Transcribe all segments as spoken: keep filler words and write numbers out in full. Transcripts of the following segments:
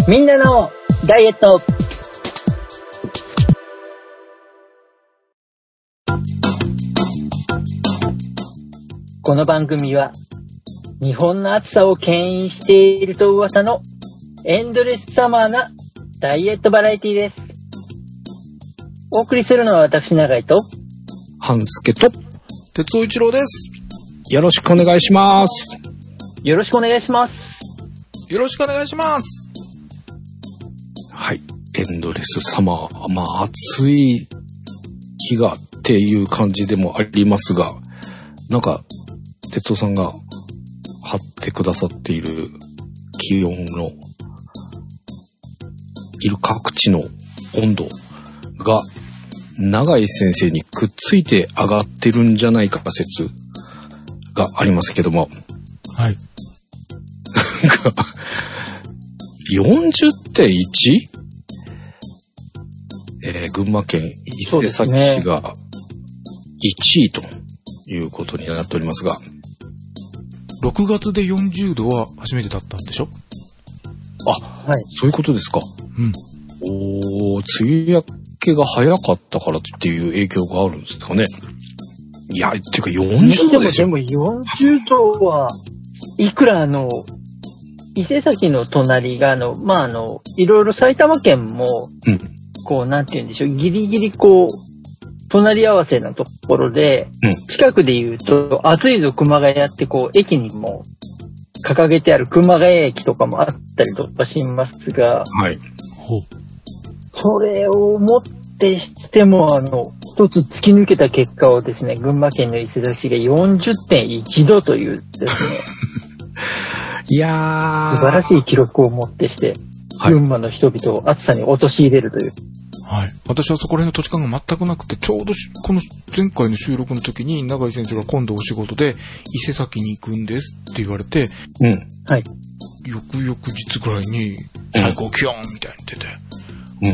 みんなのダイエット。この番組は日本の暑さを牽引していると噂のエンドレスサマーなダイエットバラエティです。お送りするのは私永井と半助と哲夫一郎です。 よろしくお願いします。 よろしくお願いします。 よろしくお願いします。 はい、エンドレスサマー、まあ暑い日がっていう感じでもありますが、なんか哲夫さんが貼ってくださっている気温のいる各地の温度が永井先生にくっついて上がってるんじゃないか説がありますけども、 はい。 なんか よんじゅってんいち？ えー、群馬県伊勢崎がいちいということになっておりますが、 ろくがつでよんじゅうどは初めてだったんでしょ？ あ、はい、そういうことですか。 うん。 おー、梅雨明けが早かったからっていう影響があるんですかね。いや、っていうかよんじゅうどですよ。 でもよんじゅうどはいくらあの伊勢崎の隣があのまああのいろいろ埼玉県も、うん、こうなんて言うんでしょう、ギリギリこう隣り合わせのところで、うん、近くで言うと暑いぞ熊谷ってこう駅にも掲げてある熊谷駅とかもあったりとかしますが、 はい。 ほう。 それをもってしてもあの一つ突き抜けた結果をですね、群馬県の伊勢崎市が よんじゅってんいちどというですねいやー素晴らしい記録をもってして、はい、群馬の人々を暑さに陥れるという。 はい。私はそこら辺の土地勘が全くなくて、ちょうどこの前回の収録の時に永井先生が今度お仕事で伊勢崎に行くんですって言われて、 うん。 はい。 翌々日ぐらいに最高気温みたいに出て、うん、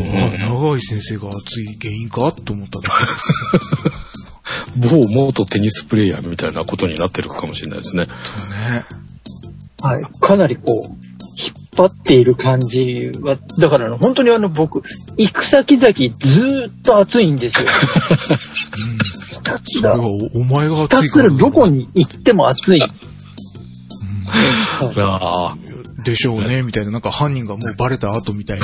永井先生が暑い原因かと思っただけです。 某元テニスプレイヤーみたいなことになってるかもしれないですね。 そうね。 はい。かなりこう、引っ張っている感じは、だから本当にあの僕、行く先々ずーっと暑いんですよ。ひたすら、 お前が暑いから。ひたすらどこに行っても暑い。うんはい、 でしょうね、みたいな、なんか犯人がもうバレた後みたいな。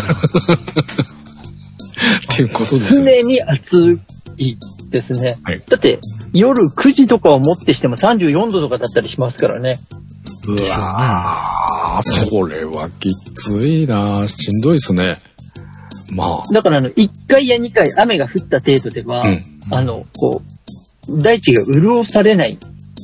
っていうことですね。常に暑いですね。 はい、 だって夜くじとかをもってしてもさんじゅうよんどとかだったりしますからね。 うわー、それはきついな、しんどいですね。まあ。 だからあの、いっかいやにかい雨が降った程度では、うん、あの、こう、大地が潤されない。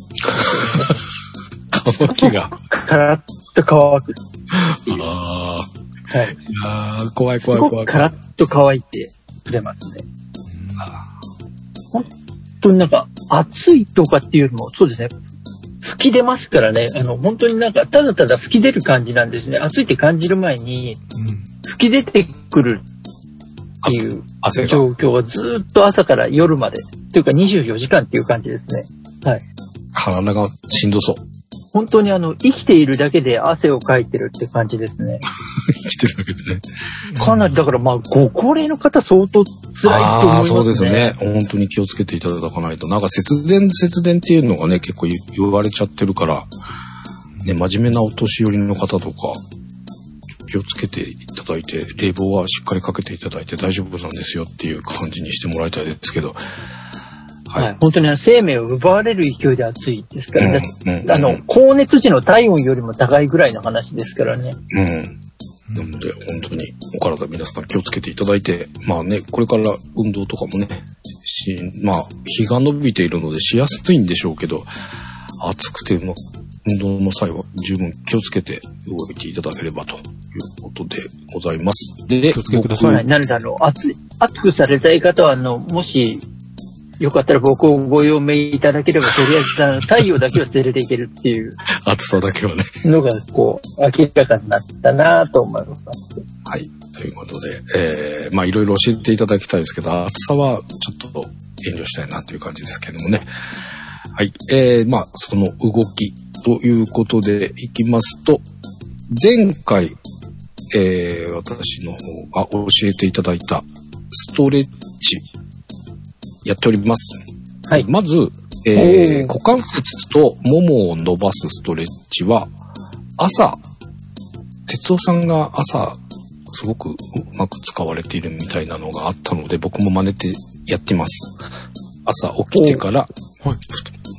乾きが。 カラッと乾く。 ああ。はい。 いやー、怖い怖い怖い。 すごくカラッと乾いてくれますね。本当になんか、暑いとかっていうよりも、そうですね。吹き出ますからね。あの、本当になんか、ただただ吹き出る感じなんですね。暑いって感じる前に、吹き出てくるっていう状況がずっと朝から夜まで、というかにじゅうよじかんっていう感じですね。はい。 体がしんどそう。 本当にあの、生きているだけで汗をかいてるって感じですね。 生きてるだけでね。 かなり、だからまあ、ご高齢の方相当辛いと思いますね。 そうですね。本当に気をつけていただかないと。なんか節電、節電っていうのがね、結構言われちゃってるから、ね、真面目なお年寄りの方とか、気をつけていただいて、冷房はしっかりかけていただいて大丈夫なんですよっていう感じにしてもらいたいですけど、 はいはい、本当に生命を奪われる勢いで暑いですからね。うんうん、あの、高熱時の体温よりも高いぐらいの話ですからね。 うん。なので、本当にお体皆さん気をつけていただいて、まあね、これから運動とかもね、し、まあ、日が伸びているのでしやすいんでしょうけど、暑くても、運動の際は十分気をつけて動いていただければということでございます。で、 気をつけてください。 はい、なので、あの、暑、暑くされたい方は、あの、もし、よかったら僕をご用命いただければ、とりあえず太陽だけは連れていけるっていう暑さだけはねのがこう明らかになったなと思います。 はい、ということで、えー、まあいろいろ教えていただきたいですけど、暑さはちょっと遠慮したいなという感じですけどもね。はい、えー、まあその動きということでいきますと、前回えー、私の方が教えていただいたストレッチ、やっております。はい。まず、えー、股関節とももを伸ばすストレッチは、朝、哲夫さんが朝、すごくうまく使われているみたいなのがあったので、僕も真似てやってます。朝起きてから、はい、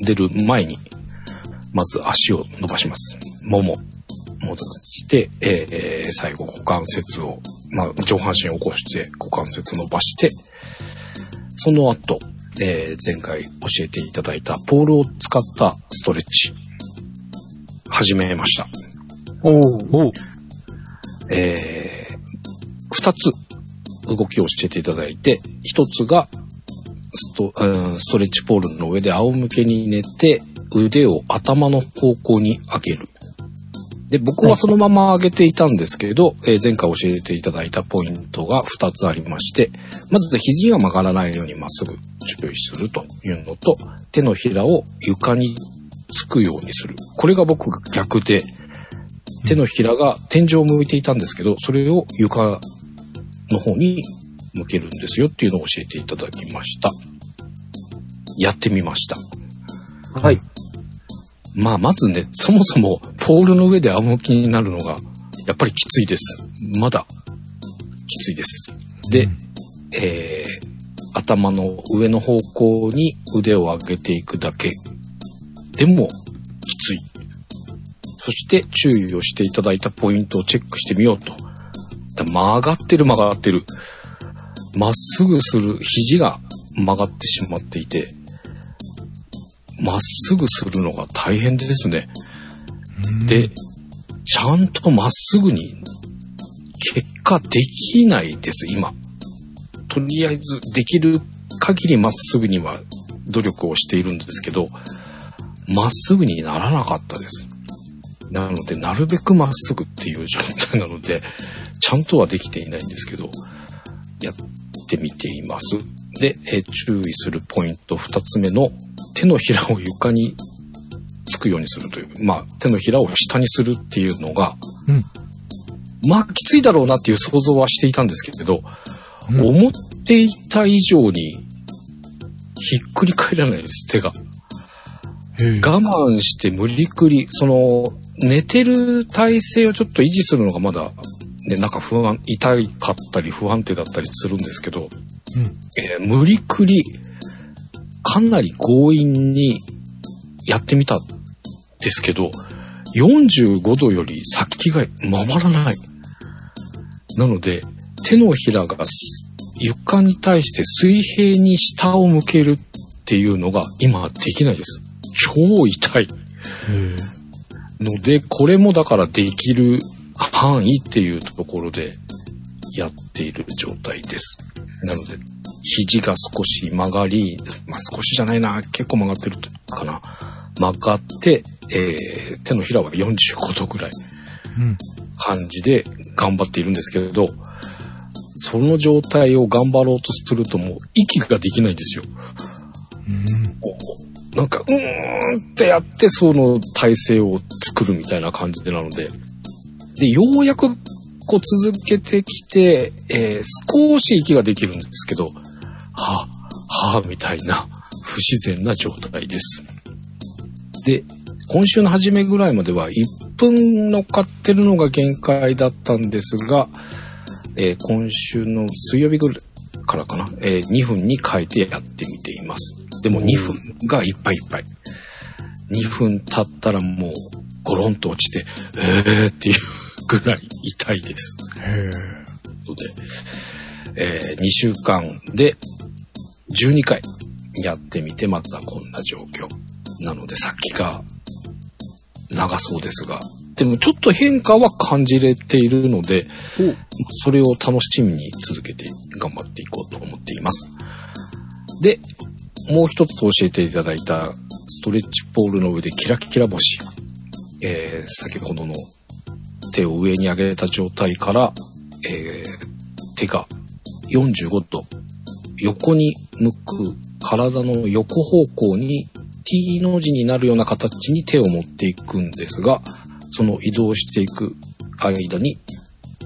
出る前に、まず足を伸ばします。もも。戻して、えー、最後股関節を、まあ、上半身を起こして股関節伸ばして、その後、えー、前回教えていただいたポールを使ったストレッチ、始めました。おお。えー、二つ動きを教えていただいて、一つがスト、うん、ストレッチポールの上で仰向けに寝て、腕を頭の方向に上げる。で、僕はそのまま上げていたんですけど、えー、前回教えていただいたポイントがふたつありまして、まず肘が曲がらないようにまっすぐ注意するというのと、手のひらを床につくようにする。これが僕が逆で、手のひらが天井を向いていたんですけど、それを床の方に向けるんですよっていうのを教えていただきました。やってみました。はい。まあ、まずね、そもそもポールの上で仰向けになるのが、やっぱりきついです。まだ、きついです。で、うん、えー、頭の上の方向に腕を上げていくだけでもきつい。そして注意をしていただいたポイントをチェックしてみようと。曲がってる曲がってる。まっすぐする肘が曲がってしまっていて、まっすぐするのが大変ですね。で、ちゃんとまっすぐに結果できないです、今。とりあえずできる限りまっすぐには努力をしているんですけど、まっすぐにならなかったです。なので、なるべくまっすぐっていう状態なので、ちゃんとはできていないんですけど、やってみています。で、えー、注意するポイント二つ目の、手のひらを床につくようにするという、まあ、手のひらを下にするっていうのが、うん、まあ、きついだろうなっていう想像はしていたんですけれど、うん、思っていた以上にひっくり返らないです、手が。我慢して無理くり、その、寝てる体勢をちょっと維持するのがまだ、ね、なんか不安、痛かったり不安定だったりするんですけど、うんえー、無理くり、かなり強引にやってみたんですけど、よんじゅうごどより先が回らない。なので、手のひらが床に対して水平に下を向けるっていうのが今できないです。超痛い。ので、これもだからできる範囲っていうところでやっている状態です。なので、肘が少し曲がり、まあ、少しじゃないな、結構曲がってるかな。曲がって、えー、手のひらはよんじゅうごどぐらい感じで頑張っているんですけれど、その状態を頑張ろうとするともう息ができないんですよ。うん、なんか、うーんってやってその体勢を作るみたいな感じでなので、で、ようやくこう続けてきて、えー、少し息ができるんですけど、はぁ、はぁ、みたいな不自然な状態です。で、今週の初めぐらいまではいっぷん乗っかってるのが限界だったんですが、えー、今週の水曜日ぐらいからかな、えー、にふんに変えてやってみています。でもにふんがいっぱいいっぱい。にふん経ったらもうゴロンと落ちて、えーっていうぐらい痛いです。へー。で、えー、にしゅうかんでじゅうにかいやってみてまたこんな状況。なので先が長そうですが、でもちょっと変化は感じれているので、それを楽しみに続けて頑張っていこうと思っています。で、もう一つ教えていただいたストレッチポールの上でキラキラ星。えー、先ほどの手を上に上げた状態から、えー、手がよんじゅうごど横に向く体の横方向に T の字になるような形に手を持っていくんですが、その移動していく間に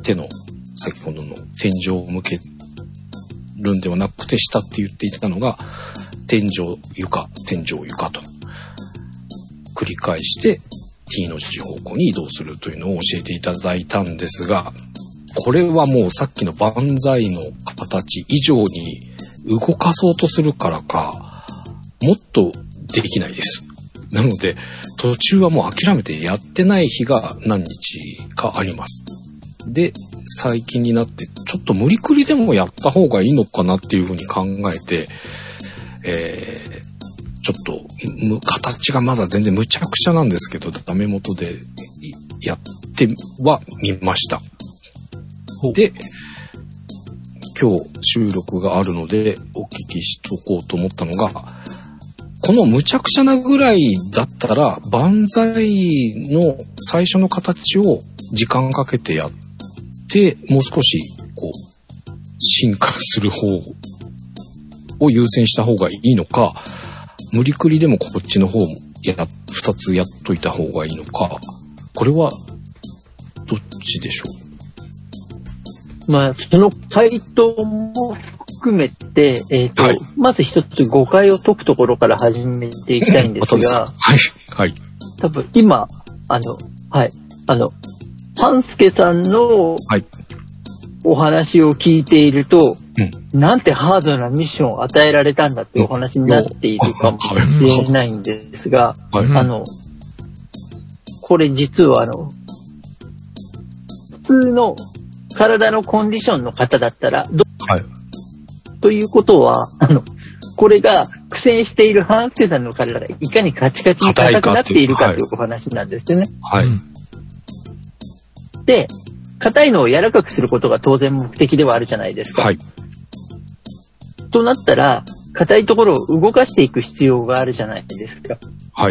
手の先ほどの天井を向けるんではなくて、下って言っていたのが天井床天井床と繰り返して T の字方向に移動するというのを教えていただいたんですが、これはもうさっきの万歳の形以上に動かそうとするからか、もっとできないです。なので途中はもう諦めてやってない日が何日かあります。で、最近になってちょっと無理くりでもやった方がいいのかなっていうふうに考えて、えー、ちょっと形がまだ全然むちゃくちゃなんですけど、ダメ元でやってはみました。で、今日収録があるのでお聞きしとこうと思ったのが、このむちゃくちゃなぐらいだったら万歳の最初の形を時間かけてやってもう少しこう進化する方を優先した方がいいのか、無理くりでもこっちの方もや二つやっといた方がいいのか、これはどっちでしょう。まあその回答も含めて、えっと、はい、まず一つ誤解を解くところから始めていきたいんですが、 はい、はい。 多分今、あの、はい、あの、半助さんのお話を聞いていると、うん、なんてハードなミッションを与えられたんだってお話になっているかもしれないんですが、はい、あの、これ実はあの、普通の体のコンディションの方だったら、どはいということは、あの、これが苦戦している半助さんの体がいかにカチカチに硬くなっているかというお話なんですよね。 はい。 で、硬いのを柔らかくすることが当然目的ではあるじゃないですか。 はい。 となったら、硬いところを動かしていく必要があるじゃないですか。 はい。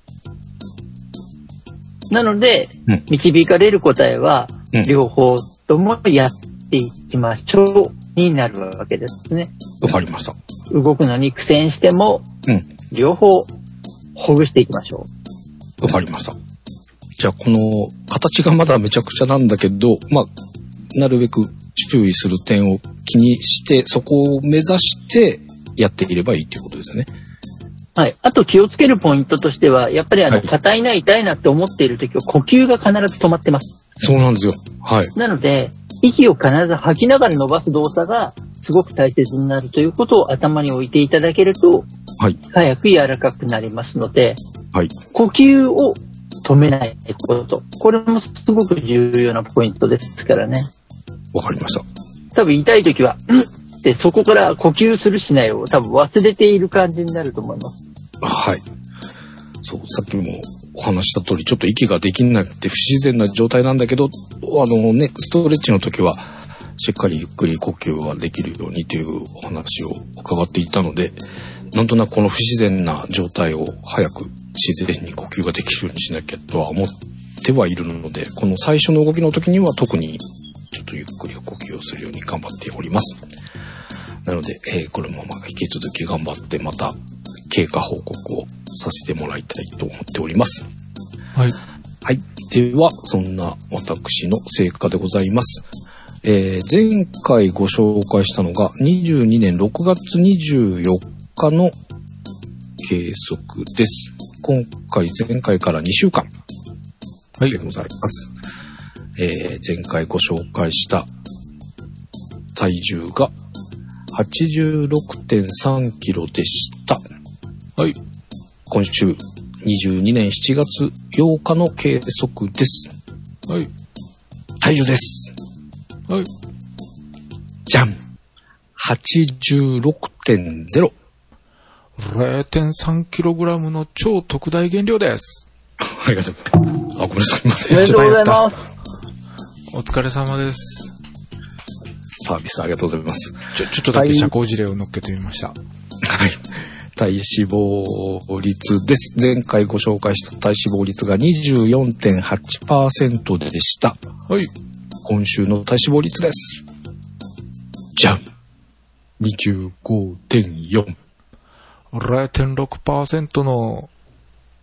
なので、うん、導かれる答えは、うん、両方ともやっていきましょう。になるわけですね。 わかりました。 動くのに苦戦しても、うん、両方ほぐしていきましょう。わかりました。じゃあこの形がまだめちゃくちゃなんだけど、まあなるべく注意する点を気にしてそこを目指してやっていればいいということですね。 はい。あと気をつけるポイントとしては、やっぱりあの硬いな痛いなって思っているときは呼吸が必ず止まってます。 そうなんですよ。はい。 なので息を必ず吐きながら伸ばす動作がすごく大切になるということを頭に置いていただけると、はい、早く柔らかくなりますので、はい、呼吸を止めないこと、これもすごく重要なポイントですからね。 わかりました。 多分痛いときは、うんってそこから呼吸するしないを多分忘れている感じになると思います。 はい。そう、さっきもお話した通り、ちょっと息ができなくて不自然な状態なんだけど、あのね、ストレッチの時はしっかりゆっくり呼吸ができるようにというお話を伺っていたので、なんとなくこの不自然な状態を早く自然に呼吸ができるようにしなきゃとは思ってはいるので、この最初の動きの時には特にちょっとゆっくり呼吸をするように頑張っております。なので、えー、このまま引き続き頑張ってまた経過報告をさせてもらいたいと思っております。 はい。 はい。では、そんな私の成果でございます。えー、前回ご紹介したのがにじゅうにねんろくがつにじゅうよっかの計測です。今回、前回からにしゅうかんでございます。はい、えー、前回ご紹介した体重が はちじゅうろくてんさんキロでした。はい。今週にじゅうにねんしちがつようかの計測です。 はい。 体重です。 はい。 じゃん !はちじゅうろくてんゼロ。 れいてんさんキログラムの超特大減量です。 ありがとうございます。あ、ごめんなさい。ません。 おめでとうございます。 お疲れ様です。 サービスありがとうございます。 ちょ、ちょっとだけ社交辞令を乗っけてみました。はい。体脂肪率です。前回ご紹介した体脂肪率が にじゅうよんてんはちパーセント でした。 はい。 今週の体脂肪率です。じゃん !にじゅうごてんよん。 れいてんろくパーセント の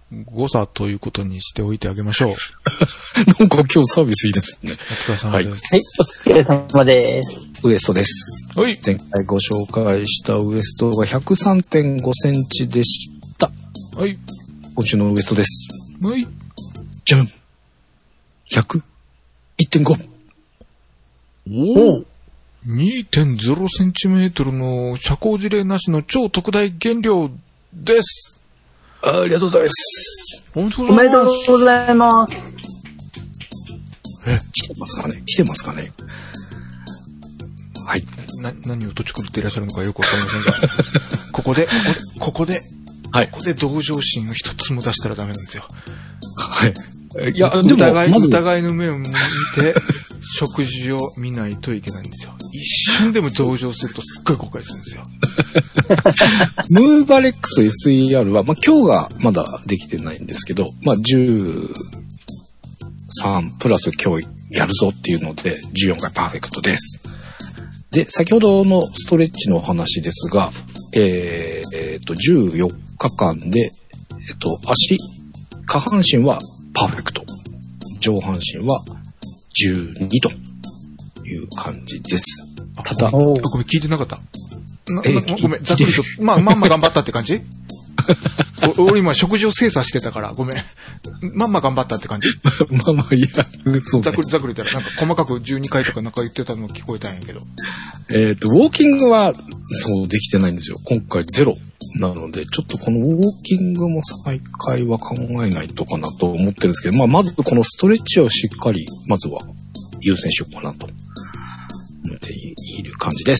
誤差ということにしておいてあげましょう。 なんか今日サービスいいですね。 お疲れ様です。 はい、お疲れ様です。 ウエストです。 はい。 前回ご紹介したウエストが ひゃくさんてんごセンチでした。 はい。 今週のウエストです。 はい。 じゃん !ひゃくいってんご。 おお にてんゼロセンチメートルの遮光事例なしの超特大原料です。 ありがとうございます。 おめでとうございます。 え、来てますかね来てますかねはい。 な、何をとち狂っていらっしゃるのかよくわかりませんが、ここで、ここで、 はい。 ここで同情心を一つも出したらダメなんですよ。 はい。いや、でも、 疑い、 まず疑いの目を見て、食事を見ないといけないんですよ。一瞬でも同情するとすっごい後悔するんですよ。 ムーバレックス エスイーアール は、まあ、今日がまだできてないんですけど、まあ、じゅうさんプラス今日やるぞっていうので、じゅうよんかいパーフェクトです。で、先ほどのストレッチの話ですが、えー、えー、と、じゅうよっかかんで、えっと、足、下半身はパーフェクト。上半身はじゅうにという感じです。ただ、 ごめん、聞いてなかった。なえなごめん、ざっくりと、まあ、まんま頑張ったって感じお俺今食事を精査してたから、ごめん。まんま頑張ったって感じまあまあ、いや、そう、ね。 ざっくりざっくり言ったら、なんか細かくじゅうにかいとかなんか言ってたの聞こえたんやけど。 えっと、ウォーキングは、そうできてないんですよ。今回ゼロなので、ちょっとこのウォーキングも再開は考えないとかなと思ってるんですけど、まあ、まずこのストレッチをしっかり、まずは優先しようかなと思っている感じです。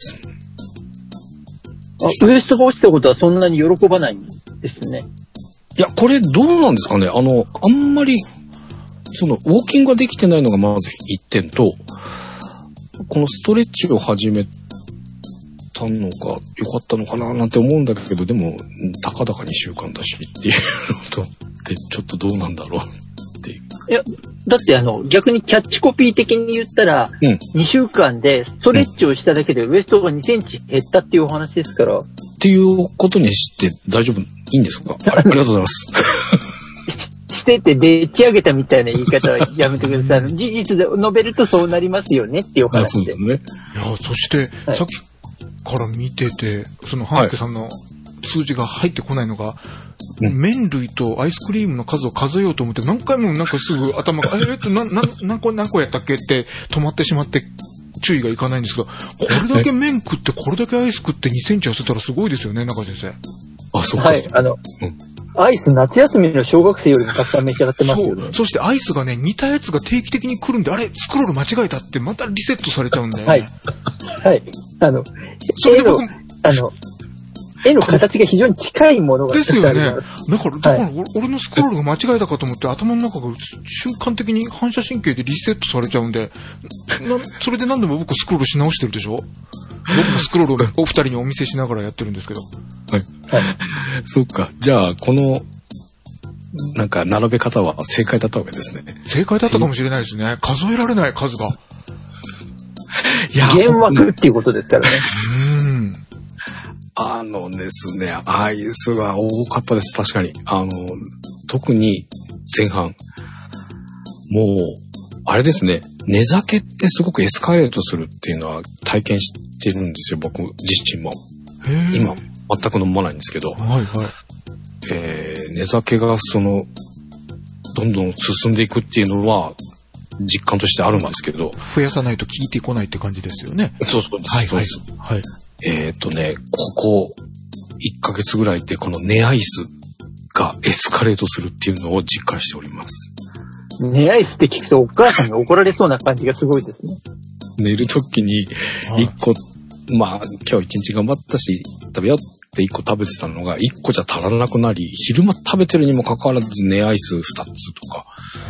あ、ウエストが落ちたことはそんなに喜ばないんですね。 いや、これどうなんですかね。あの、あんまり、その、ウォーキングができてないのがまず一点と、このストレッチを始めたのが良かったのかななんて思うんだけど、でも、たかだかにしゅうかんだしっていうのと、で、ちょっとどうなんだろうっていう。 いや、だってあの、逆にキャッチコピー的に言ったら、うん、にしゅうかんでストレッチをしただけでウエストがにセンチ減ったっていうお話ですから。 っていうことにして大丈夫、いいんですか？ありがとうございます。 しててでっち上げたみたいな言い方はやめてください。事実で述べるとそうなりますよねっていうお話で。 そうですね。 いや、そして、はい、さっきから見てて、その半助さんの数字が入ってこないのが、うん、麺類とアイスクリームの数を数えようと思って何回もなんかすぐ頭が、えっと、な、な、何個何個やったっけって止まってしまって注意がいかないんですけど、これだけ麺食ってこれだけアイス食ってにセンチ痩せたらすごいですよね、中先生。 あ、そうか。 はい、あの、うんアイス夏休みの小学生よりもたくさん召し上がってますよね。 そう。そしてアイスがね、似たやつが定期的に来るんで、あれ、スクロール間違えたってまたリセットされちゃうんだよね。 はい。はい。あの、それで僕、あの、絵の形が非常に近いものがですよね。だから、だから、はい、俺のスクロールが間違えたかと思って頭の中が瞬間的に反射神経でリセットされちゃうんで、なそれで何でも僕スクロールし直してるでしょ？僕もスクロールをお二人にお見せしながらやってるんですけど。 はい。はい。そっか。じゃあ、この、なんか、並べ方は正解だったわけですね。 正解だったかもしれないですね。数えられない数が。 いや、幻惑っていうことですからね。 うん。 あのですね、アイスは多かったです、確かに。あの、特に前半。もう、あれですね、寝酒ってすごくエスカレートするっていうのは体験してるんですよ、僕自身も。今、全く飲まないんですけど。 はいはい。 えー、寝酒がその、どんどん進んでいくっていうのは、実感としてあるんですけど。 増やさないと効いてこないって感じですよね。 そうそうです。 はいはい。はい。 えっとね、ここいっかげつぐらいでこの寝アイスがエスカレートするっていうのを実感しております。 寝アイスって聞くとお母さんに怒られそうな感じがすごいですね。 寝るときにいっこ、まあ今日一日頑張ったし食べようっていっこ食べてたのがいっこじゃ足らなくなり、昼間食べてるにもかかわらず寝アイスふたつとか。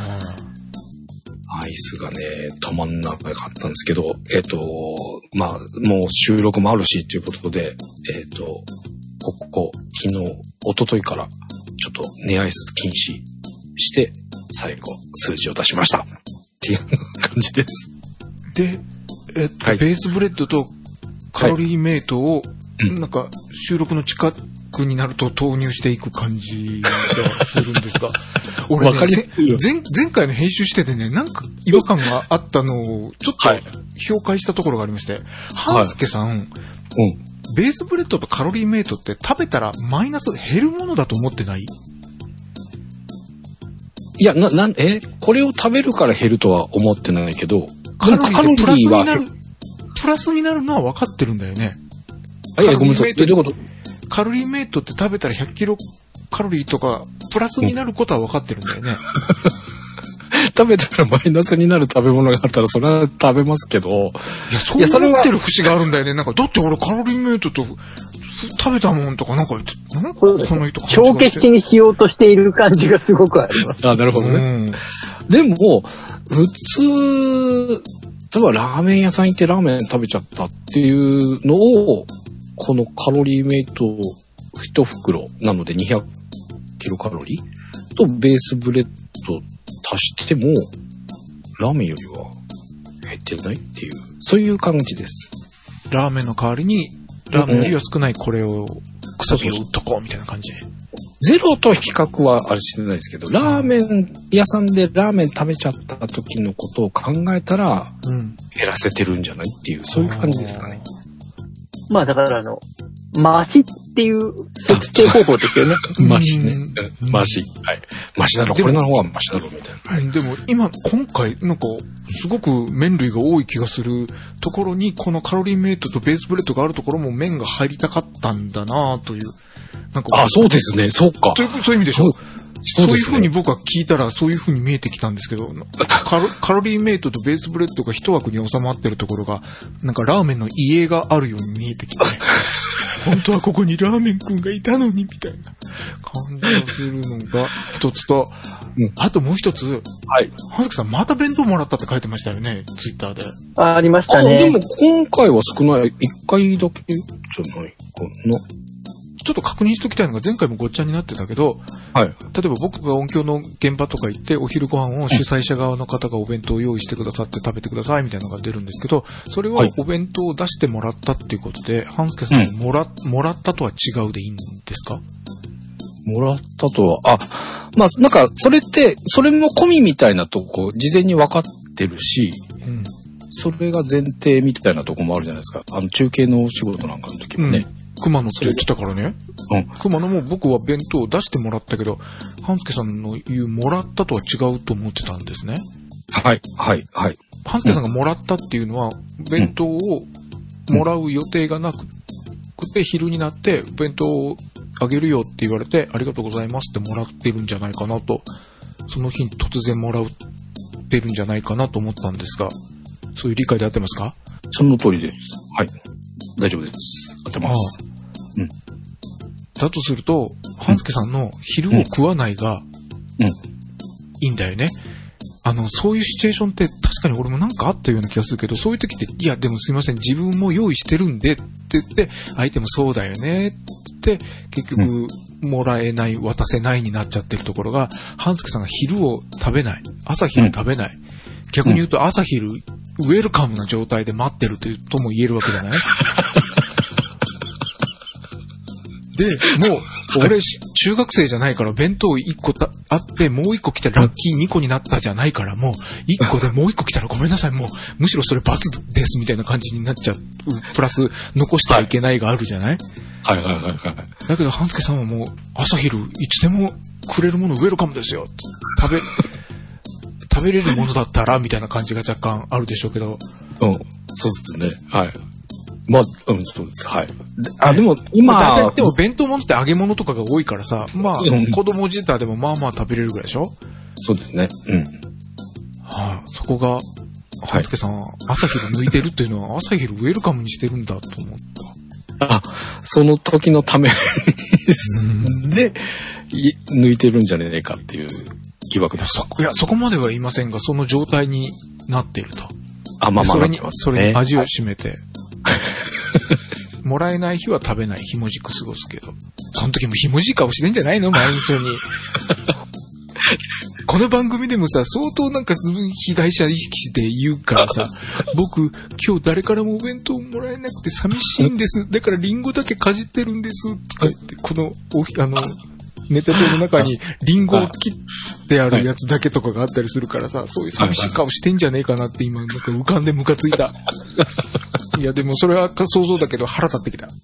アイスがね、止まんなかったんですけど、えっと、まあ、もう収録もあるしということで、えっと、ここ、昨日、一昨日からちょっと寝アイス禁止して、最後数字を出しましたっていう感じです。 で、えっと、はい、ベースブレッドとカロリーメイトを、はい、なんか収録の近クになると投入していく感じがするんですが、俺ね、前、前回の編集しててね、なんか違和感があったのをちょっと評価したところがありまして、半助さん、はい、うん、ベースブレッドとカロリーメイトって食べたらマイナス減るものだと思ってない？ いや、な、なん、え、これを食べるから減るとは思ってないけど、 カロリープラスになる、プラスになるのは分かってるんだよね。 あ、いや、ごめんなさい。どういうこと？ カロリーメイトって食べたらひゃくキロカロリーとか、プラスになることは分かってるんだよね。 食べたらマイナスになる食べ物があったら、それは食べますけど。いや、そう思ってる節があるんだよね。なんか、だって俺カロリーメイトと食べたもんとかなんか言って、なんかこの人帳消しにしようとしている感じがすごくあります。 あ、なるほどね。うん、でも、普通、例えばラーメン屋さん行ってラーメン食べちゃったっていうのを、このカロリーメイト一袋なのでにひゃくキロカロリーとベースブレッド足しても、ラーメンよりは減ってないっていう、そういう感じです。 ラーメンの代わりに、ラーメンよりは少ないこれを、草木を売っとこうみたいな感じで。 ゼロと比較はあれしてないですけど、ラーメン屋さんでラーメン食べちゃった時のことを考えたら、うん、減らせてるんじゃないっていう、そういう感じですかね。 まあだからあの、マシっていう設定方法ですよね。 マシね。マシ。はい。マシだろ、これの方がマシだろ、みたいな。 はい、でも今、今回、なんか、すごく麺類が多い気がするところに、このカロリーメイトとベースブレッドがあるところも麺が入りたかったんだなという。 なんかあ、そうですね、そうか。 そういう、そういう意味でしょ。そういう風に僕は聞いたらそういう風に見えてきたんですけど、カロ、カロリーメイトとベースブレッドが一枠に収まってるところが、なんかラーメンの家があるように見えてきて、本当はここにラーメンくんがいたのにみたいな感じがするのが一つと、うん、あともう一つ、はい。はずきさんまた弁当もらったって書いてましたよね、ツイッターで。 あ、ありましたね。 あ、でも今回は少ない、一回だけじゃないかな。 ちょっと確認しときたいのが前回もごっちゃになってたけど、はい、例えば僕が音響の現場とか行ってお昼ご飯を主催者側の方がお弁当を用意してくださって食べてくださいみたいなのが出るんですけど、それはお弁当を出してもらったっていうことで、半助さんもら、うん、もらったとは違うでいいんですか？ もらったとは、あ、まあなんかそれって、それも込みみたいなとこ事前に分かってるし、うん、それが前提みたいなとこもあるじゃないですか。あの中継のお仕事なんかの時もね。うん熊野って言ってたからね。うん。熊野も僕は弁当を出してもらったけど、半助さんの言うもらったとは違うと思ってたんですね。 はい、はい、はい。 半助さんがもらったっていうのは、弁当をもらう予定がなくて、昼になって弁当をあげるよって言われて、ありがとうございますってもらってるんじゃないかなと、その日に突然もらってるんじゃないかなと思ったんですが、そういう理解で合ってますか？ その通りです。はい。大丈夫です。合ってます。ああ、 うん。だとすると、半助さんの昼を食わないが、うん。いいんだよね。あの、そういうシチュエーションって確かに俺もなんかあったような気がするけど、そういう時って、いや、でもすいません、自分も用意してるんでって言って、相手もそうだよねって言って、結局、もらえない、渡せないになっちゃってるところが、半助さんが昼を食べない、朝昼食べない、うん、逆に言うと朝昼、ウェルカムな状態で待ってるというとも言えるわけじゃないで、もう、俺、中学生じゃないから弁当いっこたあって、もういっこ来てラッキーにこになったじゃないから、もう、いっこでもういっこ来たらごめんなさい、もう、むしろそれ罰ですみたいな感じになっちゃう。プラス、残してはいけないがあるじゃない？ はいはいはいはい。 だけど、半助さんはもう、朝昼、いつでもくれるものウェルカムですよ。食べ、食べれるものだったら、みたいな感じが若干あるでしょうけど。 うん、そうですね。はい。まあ、うん、そうです。はい。あ、でも、今、 まあ、大体でも弁当物って揚げ物とかが多いからさ、まあ、うん、子供自体でもまあまあ食べれるぐらいでしょ？ そうですね。うん。 はあ、そこが、半助さん、朝昼抜いてるっていうのは、朝昼ウェルカムにしてるんだと思った。 あ、その時のためで、抜いてるんじゃねえかっていう疑惑ですか？ いや、そこまでは言いませんが、その状態になっていると。 あ、まあまあ、 それに、それに味を占めて、もらえない日は食べない、ひもじく過ごすけど。その時もひもじい顔してんじゃないの？毎日に。 この番組でもさ、相当なんか被害者意識して言うからさ、僕、今日誰からもお弁当もらえなくて寂しいんです。だからリンゴだけかじってるんです。とか言って、この、あの、ネタ帳の中にリンゴを切ってあるやつだけとかがあったりするからさ、そういう寂しい顔してんじゃねえかなって今、なんか浮かんでムカついた。いや、でもそれは想像だけど腹立ってきた。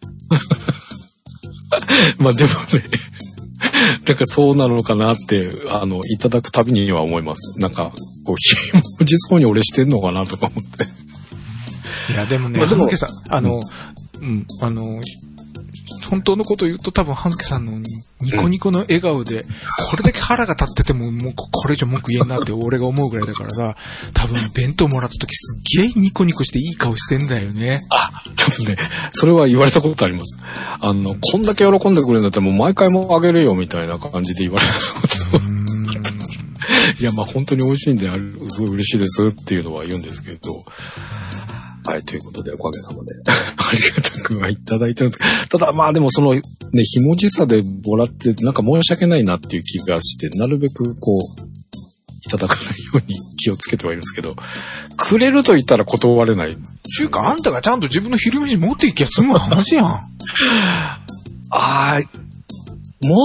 まあでもね、なんかそうなのかなって、あの、いただくたびには思います。なんか、こう、ひもじそうに俺してんのかなとか思って。 いや、でもね、 まあ、でも半助さん、あの、うん、うん、あの、本当のことを言うと多分半助さんのニコニコの笑顔で、これだけ腹が立っててももうこれ以上文句言えんなって俺が思うぐらいだからさ、多分弁当もらった時すっげえニコニコしていい顔してんだよね。 あ、多分ね、それは言われたことあります。あの、こんだけ喜んでくれるんだったらもう毎回もあげるよみたいな感じで言われたこと。いや、まあ本当に美味しいんで、あれすごい嬉しいですっていうのは言うんですけど、はい、ということで、おかげさまで、ありがたくはいただいてるんですけど、ただまあでもその、ね、ひもじさでもらって、なんか申し訳ないなっていう気がして、なるべくこう、いただかないように気をつけてはいるんですけど、くれると言ったら断れない。 ちゅうか、あんたがちゃんと自分の昼飯持っていきゃ済む話やん。 あー、持って、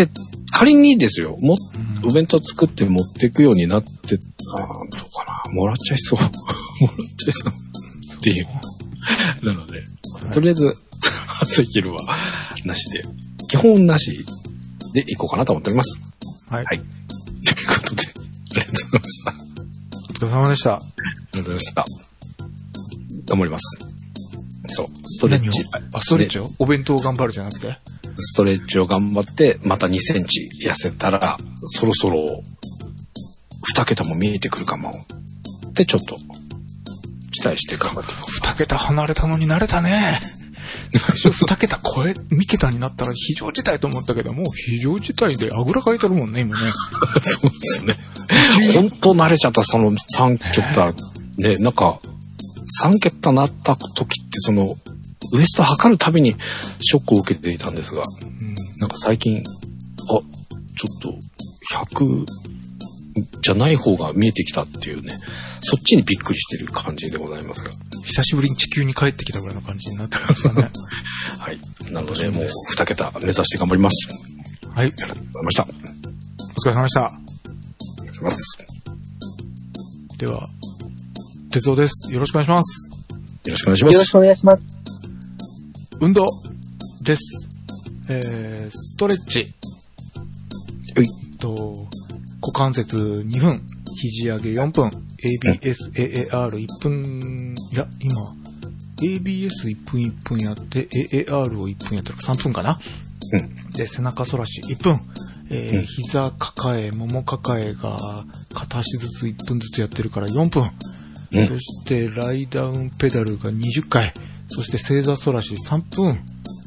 仮にですよ、も、お弁当作って持っていくようになって、あー、どうかな、もらっちゃいそう。もらっちゃいそう。っていう。なので、とりあえず、朝昼はなしで、基本なしでいこうかなと思っております。 はい。 はい。ということで、ありがとうございました。 お疲れ様でした。 ありがとうございました。頑張ります。そう、ストレッチ。 あ、ストレッチをお弁当を頑張るじゃなくてストレッチを頑張って、またにセンチ痩せたら、そろそろ、に桁も見えてくるかも。で、ちょっと、期待して頑張っていこう。 に桁離れたのに慣れたね。最初に桁超え、に桁になったら非常事態と思ったけど、もう非常事態であぐらかいてるもんね、今ね。 そうですね。本当慣れちゃった、そのさん桁。ね、なんか、さん桁なった時って、その、ウエスト測るたびにショックを受けていたんですが、うん、なんか最近、あ、ちょっと、ひゃくじゃない方が見えてきたっていうね、そっちにびっくりしてる感じでございますが。 久しぶりに地球に帰ってきたぐらいの感じになってきましたね。 はい。なので、もうに桁目指して頑張ります。 はい。ありがとうございました。 お疲れ様でした。 ありがとうございます。 では、哲夫です。よろしくお願いします。 よろしくお願いします。 よろしくお願いします。 運動です。えー、ストレッチ。 はい。 と、股関節にふん、肘上げよんぷん、エービーエス、エーエーアールいっぷん、いや、今、エービーエスいっぷんいっぷんやって、エーエーアール をいっぷんやったらさんぷんかな。うん。で、背中反らしいっぷん。えーうん、膝抱え、もも抱えが片足ずついっぷんずつやってるからよんぷん。うん、そしてライダウンペダルがにじゅっかい。そして正座反らしさんぷん。うん。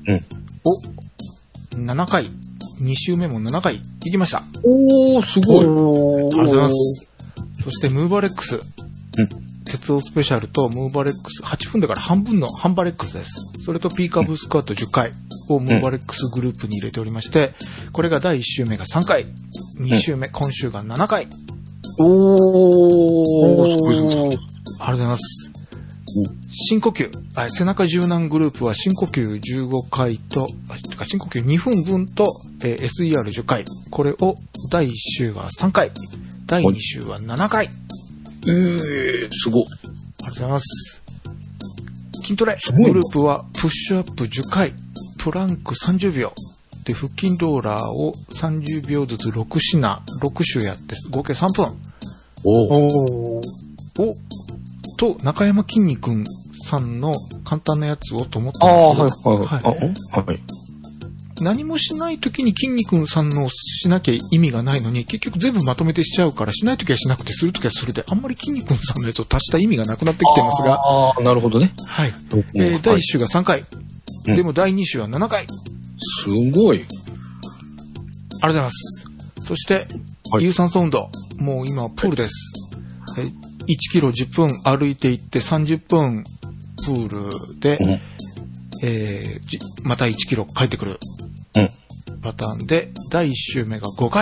をななかい。に周目もななかい行きました。 おー、すごい。 ありがとうございます。そしてムーバレックス。うん。鉄オスペシャルとムーバレックスはっぷんだから半分のハンバレックスです。それとピーカブスクワットじゅっかいをムーバレックスグループに入れておりまして、これがだいいち週目がさんかい、に週目、うん、今週がななかい。 おー、 すごいすごい。ありがとうございます。深呼吸。背中柔軟グループは深呼吸じゅうごかいと、深呼吸にふんぶんと、えー、エスイーアールじゅっかい。これをだいいち週がさんかい、だいに週はななかい。 えー、すごい。 ありがとうございます。筋トレグループはプッシュアップじゅっかい、プランクさんじゅうびょう。で、腹筋ローラーをさんじゅうびょうずつろく品、ろく種やって、合計さんぷん。 おおと、中山きんに君さんの簡単なやつをと思ってますけど。 ああ、はい、はい。はい。あ、はい。 何もしないときにきんに君さんのしなきゃ意味がないのに、結局全部まとめてしちゃうから、しないときはしなくて、するときはするで、あんまりきんに君さんのやつを足した意味がなくなってきてますが。 ああ、なるほどね。 はい。えー、だいいち週がさんかい。うん、でもだいに週はななかい。 すごい。ありがとうございます。そして、 はい、 有酸素運動。もう今、プールです。はい、いちキロじゅっぷん歩いていってさんじゅっぷんプールで、うん、えー、またいちキロ帰ってくる。うん。パターンで、だいいち週目がごかい、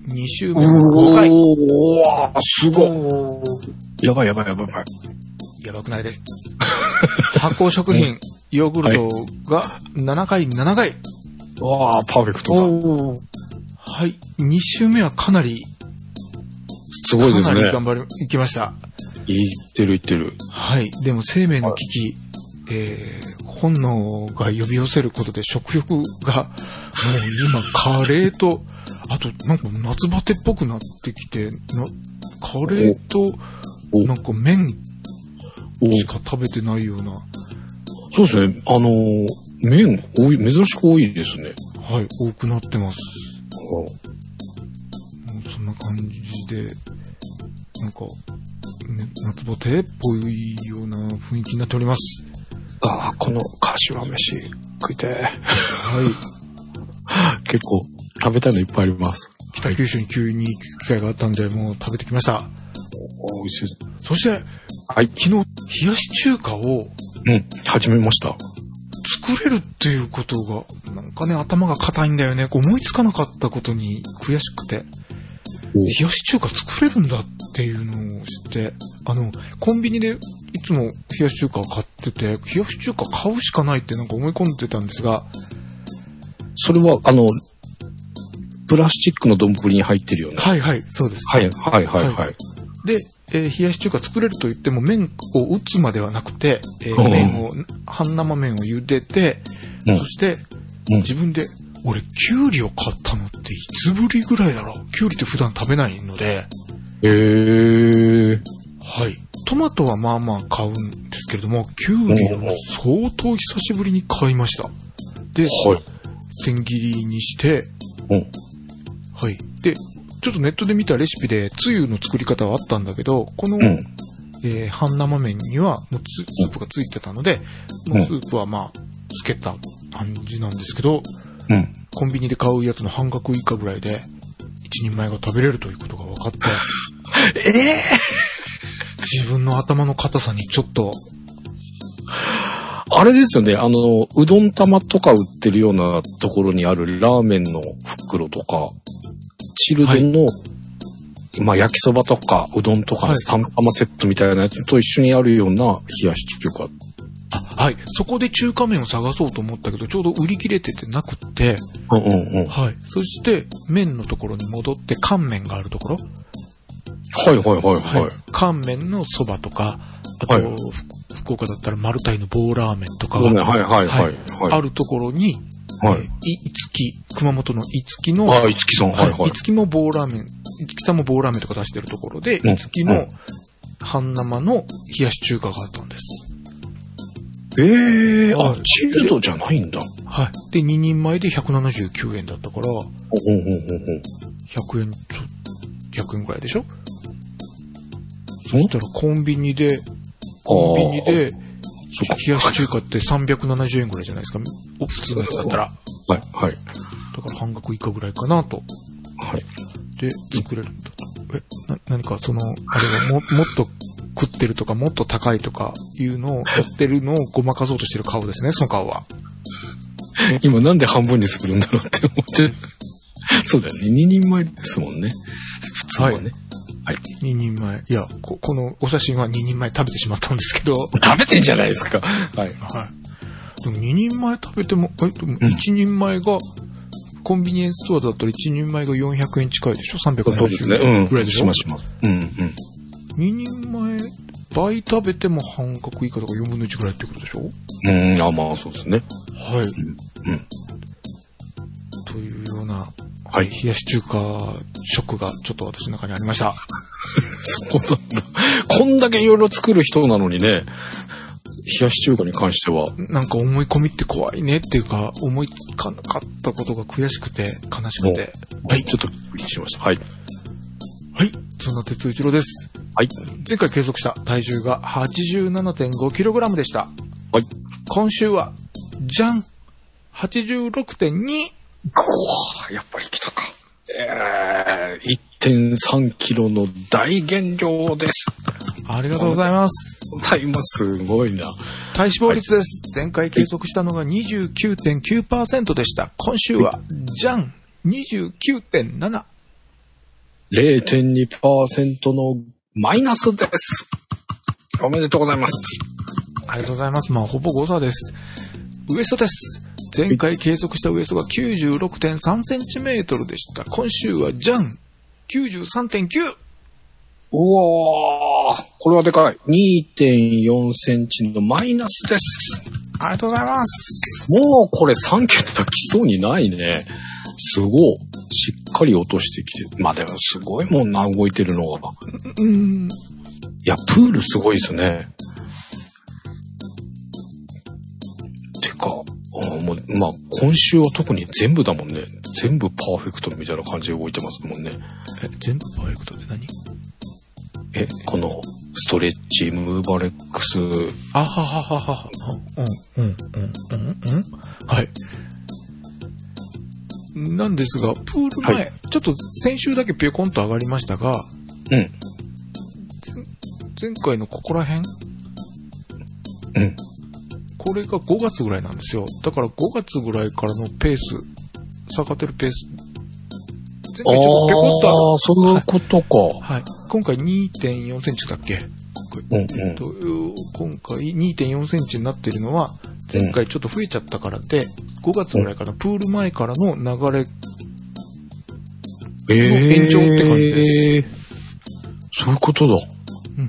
に週目はごかい。 おー、すごい。やばいやばいやばいやばい。 やばくないです。発酵食品、ヨーグルトがななかいななかい。 わー、パーフェクトだ。 はい。に週目はかなり、 すごいですね。 かなり頑張り、いきました。 いってるいってる。 はい。でも生命の危機、えー、本能が呼び寄せることで食欲が、もう今カレーと、あとなんか夏バテっぽくなってきて、なカレーと、なんか麺しか食べてないような。 そうですね。あのー、麺多い、珍しく多いですね。 はい、多くなってます。もうそんな感じで、なんか、ね、夏バテっぽいような雰囲気になっております。 ああ、この柏飯食いてー。はい。結構食べたいのいっぱいあります。 北九州に急に行く機会があったんで、もう食べてきました。 お、美味しい。 そして、はい、昨日、冷やし中華を、 うん、始めました。 作れるっていうことが、なんかね、頭が硬いんだよね。思いつかなかったことに悔しくて。冷やし中華作れるんだっていうのを知って、あの、コンビニでいつも冷やし中華を買ってて、冷やし中華買うしかないってなんか思い込んでたんですが、 それは、あの、プラスチックの丼に入ってるような。 はいはい、そうです。 はいはいはいはい。はい、 で、えー、冷やし中華作れると言っても麺を打つまではなくて、えー、麺を、半生麺を茹でて、うん、そして、うん、自分で、俺、キュウリを買ったのっていつぶりぐらいだろう。キュウリって普段食べないので。 へー。 はい。トマトはまあまあ買うんですけれども、キュウリを相当久しぶりに買いました。で、はい、千切りにして、うん、はい。で、ちょっとネットで見たレシピで、つゆの作り方はあったんだけど、この、うん、えー、半生麺にはもうスープがついてたので、うん、もうスープはまあ、つけた感じなんですけど、うん、コンビニで買うやつの半額以下ぐらいで、一人前が食べれるということが分かって、えー、自分の頭の硬さにちょっと、 あれですよね、あの、うどん玉とか売ってるようなところにあるラーメンの袋とか、チルドの、はい、まあ焼きそばとかうどんとかのさん玉セットみたいなやつと一緒にあるような冷やし中華。 あ、はい。そこで中華麺を探そうと思ったけど、ちょうど売り切れててなくって、 うんうんうん、 はい。そして、麺のところに戻って、乾麺があるところ。 はいはいはいはい。はい、 乾麺のそばとか、あと、はい、福岡だったらマルタイの棒ラーメンとか、 はいはいはい、はいはい、 あるところに、はい。いつき、熊本のいつきの、 あ、いつきさん、はいはい。 いつきも棒ラーメン、いつきさんも棒ラーメンとか出してるところで、いつきの半生の冷やし中華があったんです。 ええー、あ、チルドじゃないんだ。 はい。で、ににんまえでひゃくななじゅうきゅうえんだったから、 おほんほんほんほん。 ひゃくえんちょ、ひゃくえんぐらいでしょ？そしたらコンビニで、コンビニで、冷やし中華ってさんびゃくななじゅうえんぐらいじゃないですか。普通のやつだったら。 はい、はい。 だから半額以下ぐらいかなと。 はい。 で、作れるんだと。え、な、何かその、あれはも、もっと食ってるとか、もっと高いとかいうのをやってるのをごまかそうとしてる顔ですね、その顔は。 今なんで半分にするんだろうって思っちゃう。そうだよね。ににんまえですもんね。普通はね。はいはい。ににんまえ。いや、こ、このお写真はににんまえ食べてしまったんですけど。食べてんじゃないですか。はい。はい。 でもににんまえ食べても、え、でもいちにんまえが、うん、コンビニエンスストアだったらいちにんまえがよんひゃくえん近いでしょ ?さんびゃくななじゅうえんぐらいでしょ、うん、しますします。うんうん。ににんまえ、倍食べても半額以下とかよんぶんのいちぐらいってことでしょうん、あ、まあそうですね。 はい。うん。うん、というような、はい、冷やし中華食がちょっと私の中にありました。 そうなんだ。こんだけいろいろ作る人なのにね、冷やし中華に関しては。 なんか思い込みって怖いねっていうか、思いつかなかったことが悔しくて、悲しくて。 はい、ちょっとびっくりしました。はい。 はい、そんな哲一郎です。はい。前回計測した体重が はちじゅうななてんごキログラム でした。はい。今週は、じゃん !はちじゅうろくてんに。 おー、やっぱり来たか。えー、いってんさんキロの大減量です。 ありがとうございます。 はい、今すごいな。 体脂肪率です。はい、前回計測したのが にじゅうきゅうてんきゅうパーセント でした。今週は、じゃん !にじゅうきゅうてんなな。 れいてんにパーセント のマイナスです。おめでとうございます。 ありがとうございます。まあ、ほぼ誤差です。ウエストです。前回計測したウエストが きゅうじゅうろくてんさんセンチメートルでした。今週はじゃん !きゅうじゅうさんてんきゅう! おー、これはでかい。にてんよんセンチのマイナスです。 ありがとうございます。 もうこれさん桁来そうにないね。すごい。しっかり落としてきて。まあでもすごいもんな、動いてるのが。 うーん。 いや、プールすごいですね。てか、あもうまあ今週は特に全部だもんね。全部パーフェクトみたいな感じで動いてますもんね。 え、全部パーフェクトって何？ え、このストレッチ、ムーバレックス。 あはははは。うん、うん、うん、うん、うん。はい。なんですが、プール前、はい、ちょっと先週だけピョコンと上がりましたが、 うん。 前回のここら辺うん。 これがごがつぐらいなんですよ。だからごがつぐらいからのペース、下がってるペース。前回ちょっとピョコンと。 ああ、そういうことか。 はい。今回 にてんよんセンチだっけ、 うんうんえっと、今回 にてんよんセンチになってるのは、前回ちょっと増えちゃったからで、ごがつぐらいからプール前からの流れの延長って感じです。えー、 そういうことだ。 うん。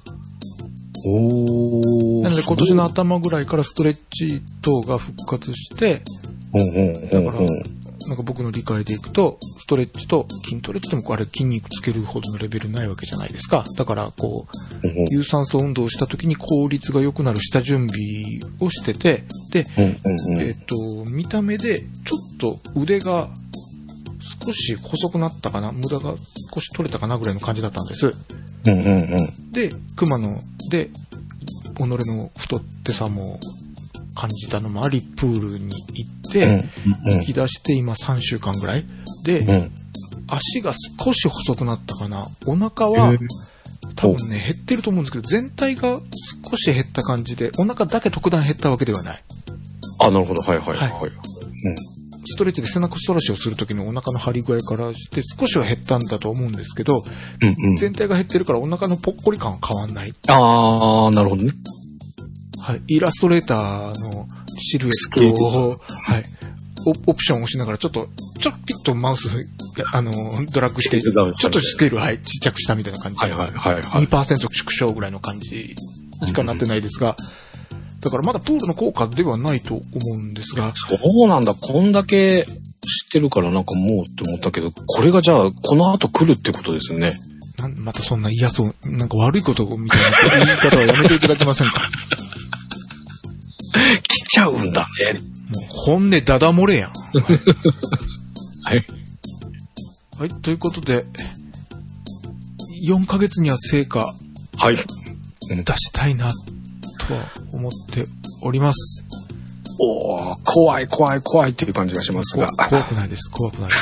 おー。 なので今年の頭ぐらいからストレッチ等が復活して、 うんうんうんうん、 だから、なんか僕の理解でいくと、ストレッチと筋トレって言ってもあれ筋肉つけるほどのレベルないわけじゃないですか。だからこう、うんうん、有酸素運動をした時に効率が良くなる下準備をしてて、で、 うんうんうん、 えっと、見た目でちょっと腕が少し細くなったかな、無駄が少し取れたかなぐらいの感じだったんです。 うんうんうん、 で、熊野で、己の太ってさも感じたのもあり、プールに行って、うんうん、引き出して今さんしゅうかんぐらいで、うん、足が少し細くなったかな。お腹は、多分ね、減ってると思うんですけど、全体が少し減った感じで、お腹だけ特段減ったわけではない。 あ、なるほど。はいはいはい。はい、うん、 ストレッチで背中反らしをするときのお腹の張り具合からして少しは減ったんだと思うんですけど、うんうん、全体が減ってるからお腹のぽっこり感は変わんない。 あー、なるほどね。 はい。イラストレーターのシルエットを、はい。オプションを押しながらちょっと、ちょっぴっとマウス、あの、ドラッグして、ちょっとスケール、はい、ちっちゃくしたみたいな感じ。 はいはいはいはい。 にパーセント 縮小ぐらいの感じしかなってないですが、だからまだプールの効果ではないと思うんですが。 そうなんだ。こんだけ知ってるからなんかもうって思ったけど、これがじゃあこの後来るってことですよね。 なんまたそんな嫌そう、なんか悪いことみたいな言い方はやめていただけませんか？ 来ちゃうんだね。 もう本音ダダ漏れやん。 はい。 はい、ということで、よんかげつには成果、 はい。 出したいな、とは思っております。 おー、怖い怖い怖いっていう感じがしますが。 怖くないです、怖くないです。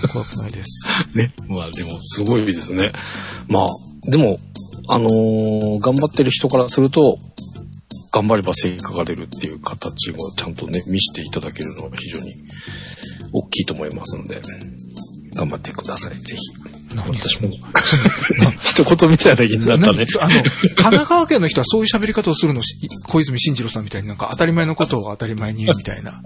怖くないです。 ね。まあでもすごいですね。まあ、でも、あのー、頑張ってる人からすると、頑張れば成果が出るっていう形をちゃんとね、見せていただけるのは非常に大きいと思いますので、頑張ってください、ぜひ。私も、一言みたいな気になったね。 あの、神奈川県の人はそういう喋り方をするの、小泉進次郎さんみたいになんか当たり前のことを当たり前に言うみたいな。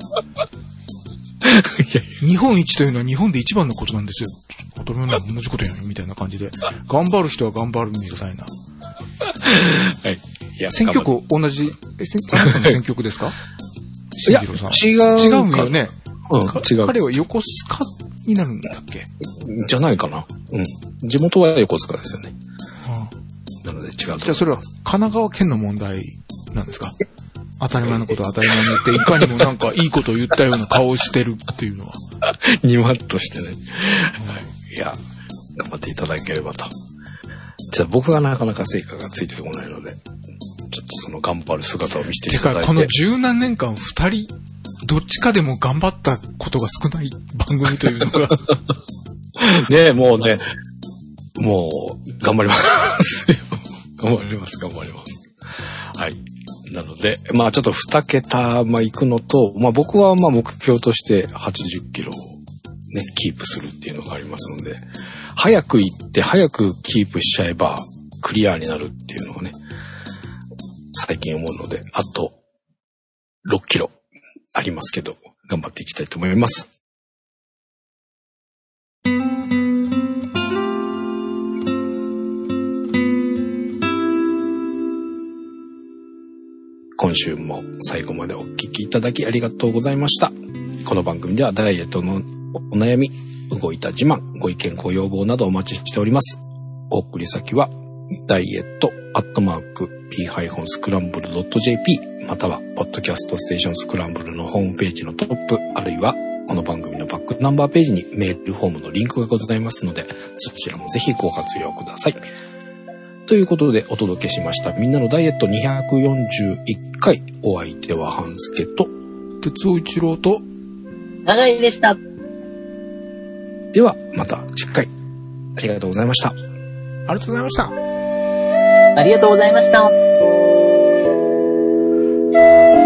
日本一というのは日本で一番のことなんですよ。当たり前なの同じことやねんみたいな感じで。頑張る人は頑張るみたいな。 はい。いや選挙区同じ、え、あなたの選挙区ですか？ 進次郎さん。違う。 違うんよね。 うん、違う。 彼は横須賀になるんだっけ？ じゃないかな。うん。地元は横須賀ですよね。はあ、なので違う。じゃあそれは神奈川県の問題なんですか？当たり前のことを当たり前に言って、いかにもなんかいいことを言ったような顔をしてるっていうのは。 にわっとしてね。はい。いや、頑張っていただければと。じゃあ僕がなかなか成果がついてこないので、ちょっとその頑張る姿を見せていただいて。 てか、この十何年間二人、どっちかでも頑張ったことが少ない番組というのが。 ねえ、もうね、もう、頑張ります。頑張ります、頑張ります。はい。なので、まあちょっと二桁、まあ行くのと、まあ僕はまあ目標としてはちじゅっキロをね、キープするっていうのがありますので、 早く行って早くキープしちゃえばクリアになるっていうのがね、最近思うので、あとろっキロありますけど、頑張っていきたいと思います。今週も最後までお聞きいただきありがとうございました。この番組ではダイエットのお悩み、動いた自慢、ご意見ご要望などお待ちしております。お送り先はダイエットアットマーク ピー スクランブル ドット ジェーピー またはポッドキャストステーションスクランブルのホームページのトップ、あるいはこの番組のバックナンバーページにメールフォームのリンクがございますので、そちらもぜひご活用ください。ということでお届けしましたみんなのダイエットにひゃくよんじゅういっかい、お相手は半助と哲夫一郎と長井でした。 ではまたじゅっかい、ありがとうございました。ありがとうございました。 ありがとうございました。